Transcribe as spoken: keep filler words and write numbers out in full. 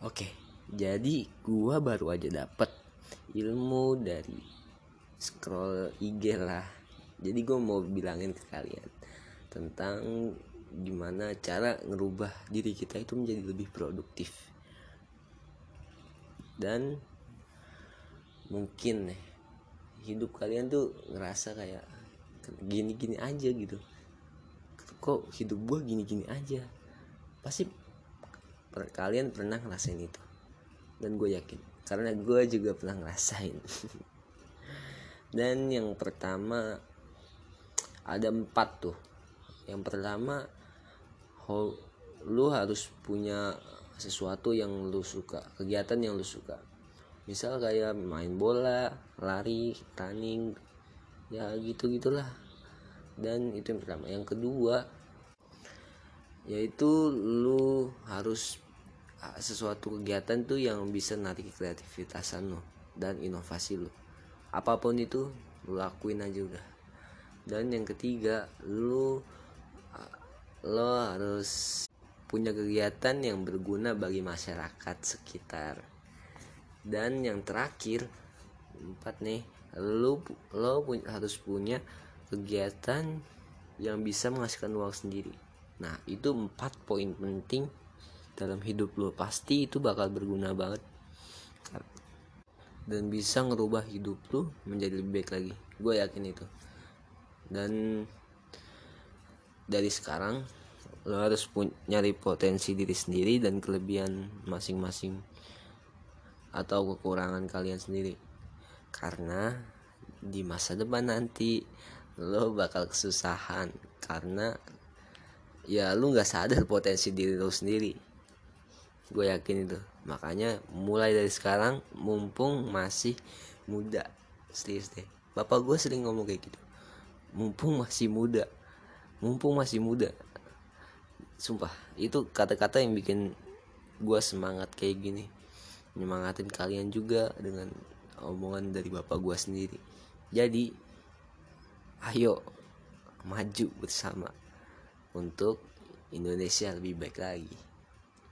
Oke, jadi gua baru aja dapet ilmu dari scroll I G lah. Jadi gua mau bilangin ke kalian tentang gimana cara ngerubah diri kita itu menjadi lebih produktif. Dan mungkin nih hidup kalian tuh ngerasa kayak gini-gini aja gitu. Kok hidup gua gini-gini aja? Pasti per- kalian pernah ngerasain itu. Dan gue yakin karena gue juga pernah ngerasain. Dan yang pertama ada empat tuh. Yang pertama, lu harus punya sesuatu yang lu suka, kegiatan yang lu suka. Misal kayak main bola, lari, running, ya gitu gitulah. Dan itu yang pertama. Yang kedua, yaitu lu harus sesuatu kegiatan tuh yang bisa narik kreativitasan lo dan inovasi lo. Apapun itu lu lakuin aja udah. Dan yang ketiga, lu lo harus punya kegiatan yang berguna bagi masyarakat sekitar. Dan yang terakhir, empat nih, lu lo pu- harus punya kegiatan yang bisa menghasilkan uang sendiri. Nah, itu empat poin penting dalam hidup lo. Pasti itu bakal berguna banget dan bisa ngerubah hidup lo menjadi lebih baik lagi. Gue yakin itu. Dan dari sekarang lo harus pun- nyari potensi diri sendiri dan kelebihan masing-masing atau kekurangan kalian sendiri. Karena di masa depan nanti lo bakal kesusahan karena ya lu nggak sadar potensi diri lo sendiri. Gue yakin itu. Makanya mulai dari sekarang mumpung masih muda, serius deh, bapak gue sering ngomong kayak gitu, mumpung masih muda, mumpung masih muda. Sumpah itu kata-kata yang bikin gue semangat kayak gini, nyemangatin kalian juga dengan omongan dari bapak gue sendiri. Jadi ayo maju bersama untuk Indonesia lebih baik lagi.